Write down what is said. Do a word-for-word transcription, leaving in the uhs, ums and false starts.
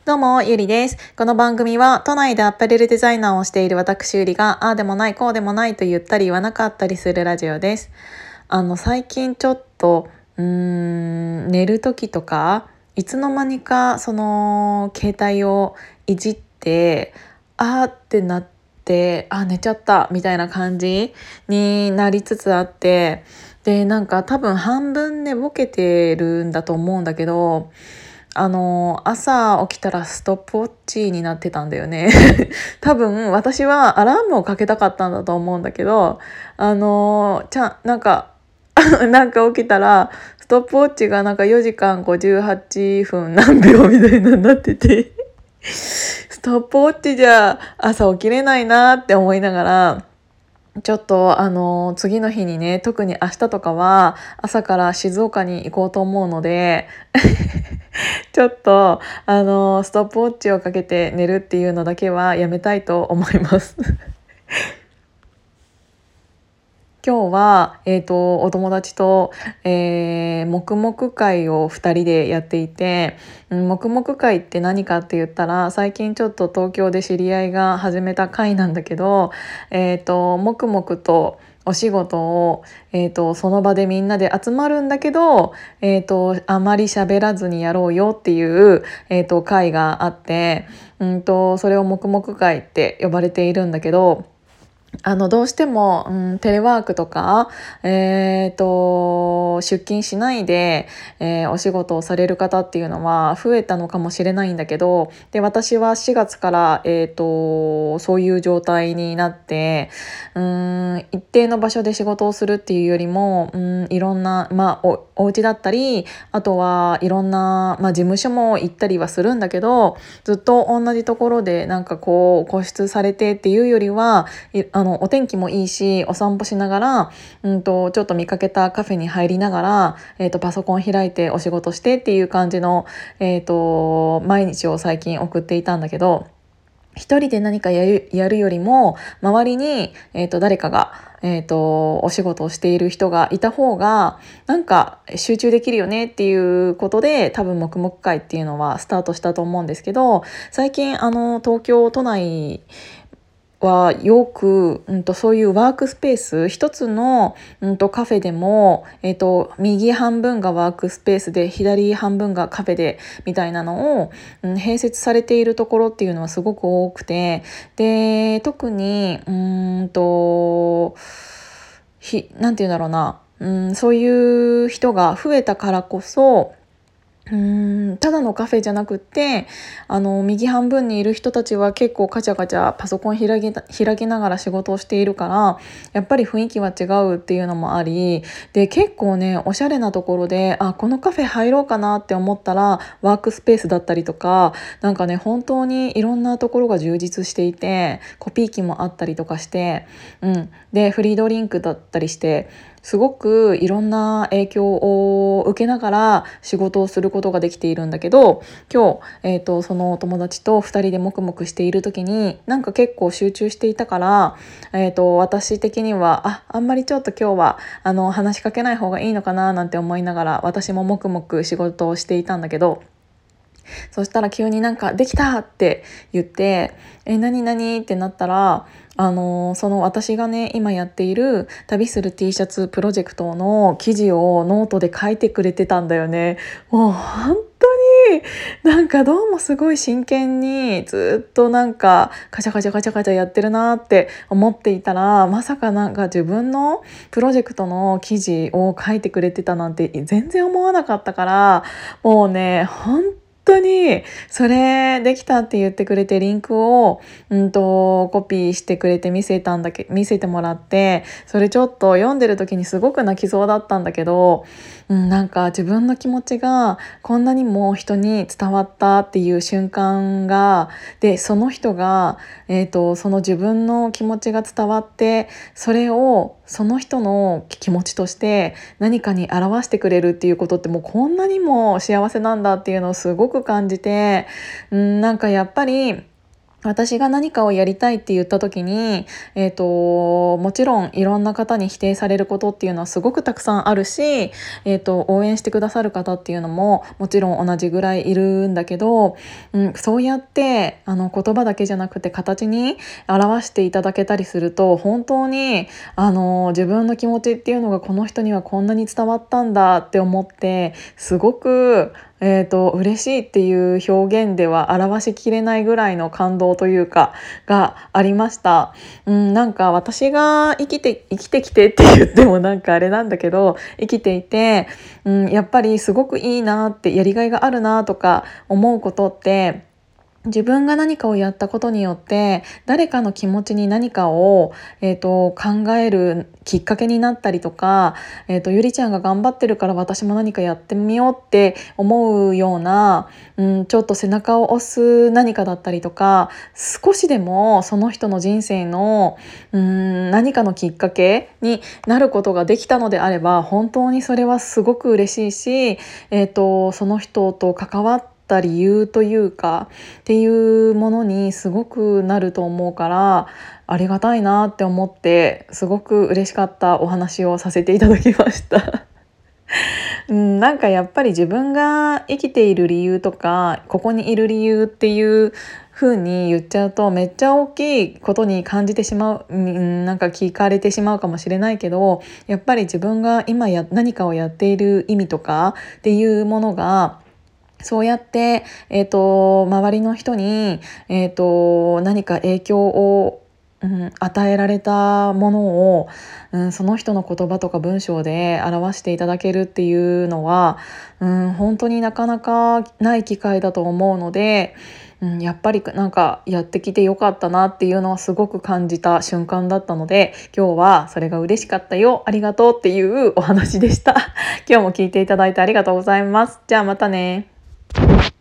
どうも、ゆりです。この番組は、都内でアパレルデザイナーをしている私ゆりが、ああでもない、こうでもないと言ったり言わなかったりするラジオです。あの、最近ちょっと、うーん、寝る時とか、いつの間にか、その、携帯をいじって、あーってなって、あ、寝ちゃった、みたいな感じになりつつあって、で、なんか多分半分寝ぼけてるんだと思うんだけど、あの朝起きたらストップウォッチになってたんだよね。多分私はアラームをかけたかったんだと思うんだけど、あのちゃんなんかなんか起きたらストップウォッチがなんかよじかんごじゅうはっぷん何秒みたいなになっててストップウォッチじゃ朝起きれないなって思いながら、ちょっとあの次の日にね、特に明日とかは朝から静岡に行こうと思うのでちょっとあのストップウォッチをかけて寝るっていうのだけはやめたいと思います今日は、えーと、お友達と、えー、黙々会をふたりでやっていて、うん、黙々会って何かって言ったら、最近ちょっと東京で知り合いが始めた会なんだけど、えーと、黙々とお仕事を、えーと、その場でみんなで集まるんだけど、えーと、あまり喋らずにやろうよっていう、えーと、会があって、うんと、それを黙々会って呼ばれているんだけど、あのどうしても、うん、テレワークとか、えーと、出勤しないで、えーお仕事をされる方っていうのは増えたのかもしれないんだけど、で私はしがつから、えーと、そういう状態になって、うん、一定の場所で仕事をするっていうよりも、うん、いろんな、まあ、お、お家だったり、あとはいろんな、まあ、事務所も行ったりはするんだけど、ずっと同じところでなんかこう固執されてっていうよりは、いあのお天気もいいし、お散歩しながら、うんとちょっと見かけたカフェに入りながら、えーとパソコン開いてお仕事してっていう感じの、えーと毎日を最近送っていたんだけど、一人で何かやる、やるよりも周りに、えーと誰かが、えーとお仕事をしている人がいた方がなんか集中できるよねっていうことで、多分黙々会っていうのはスタートしたと思うんですけど、最近あの東京都内はよく、うん、とそういうワークスペース一つの、うん、とカフェでも、えー、と右半分がワークスペースで左半分がカフェでみたいなのを、うん、併設されているところっていうのはすごく多くて、で特にうーんとひなんて言うんだろうな、うん、そういう人が増えたからこそうーんただのカフェじゃなくって、あの右半分にいる人たちは結構カチャカチャパソコン開き開きながら仕事をしているから、やっぱり雰囲気は違うっていうのもあり、で結構ねおしゃれなところで、あこのカフェ入ろうかなって思ったらワークスペースだったりとか、なんかね本当にいろんなところが充実していて、コピー機もあったりとかして、うん、でフリードリンクだったりして、すごくいろんな影響を受けながら仕事をすることができているんだけど、今日、えーと、そのお友達とふたりで黙々している時になんか結構集中していたから、えーと、私的にはああんまりちょっと今日はあの話しかけない方がいいのかななんて思いながら、私も黙々仕事をしていたんだけど、そしたら急になんかできたって言って、え何何ってなったら、あのーその私がね今やっている旅する T シャツプロジェクトの記事をノートで書いてくれてたんだよね。もう本当になんかどうもすごい真剣にずっとなんかカチャカチャカチャカチャやってるなって思っていたら、まさかなんか自分のプロジェクトの記事を書いてくれてたなんて全然思わなかったから、もうね本当本当にそれできたって言ってくれて、リンクを、うんと、コピーしてくれて見せたんだけ見せてもらって、それちょっと読んでる時にすごく泣きそうだったんだけど、うん、なんか自分の気持ちがこんなにも人に伝わったっていう瞬間が、でその人が、えーと、その自分の気持ちが伝わって、それをその人の気持ちとして何かに表してくれるっていうことって、もうこんなにも幸せなんだっていうのをすごく感じて、うん、なんかやっぱり私が何かをやりたいって言った時に、えーと、もちろんいろんな方に否定されることっていうのはすごくたくさんあるし、えーと、応援してくださる方っていうのももちろん同じぐらいいるんだけど、うん、そうやってあの言葉だけじゃなくて形に表していただけたりすると、本当にあの自分の気持ちっていうのがこの人にはこんなに伝わったんだって思って、すごくえーと、嬉しいっていう表現では表しきれないぐらいの感動というかがありました。うん、なんか私が生きて生きてきてって言ってもなんかあれなんだけど、生きていて、うん、やっぱりすごくいいなって、やりがいがあるなとか思うことって、自分が何かをやったことによって誰かの気持ちに何かを、えーと、考えるきっかけになったりとか、えーと、ゆりちゃんが頑張ってるから私も何かやってみようって思うような、うん、ちょっと背中を押す何かだったりとか、少しでもその人の人生の、うん、何かのきっかけになることができたのであれば、本当にそれはすごく嬉しいし、えーと、その人と関わってた理由というかっていうものにすごくなると思うから、ありがたいなって思ってすごく嬉しかったお話をさせていただきましたうん、なんかやっぱり自分が生きている理由とかここにいる理由っていう風に言っちゃうとめっちゃ大きいことに感じてしまう、うん、なんか聞かれてしまうかもしれないけど、やっぱり自分が今や何かをやっている意味とかっていうものがそうやって、えーと、周りの人に、えーと、何か影響を、うん、与えられたものを、うん、その人の言葉とか文章で表していただけるっていうのは、うん、本当になかなかない機会だと思うので、うん、やっぱりなんかやってきてよかったなっていうのはすごく感じた瞬間だったので、今日はそれが嬉しかったよ、ありがとうっていうお話でした。今日も聞いていただいてありがとうございます。じゃあまたね。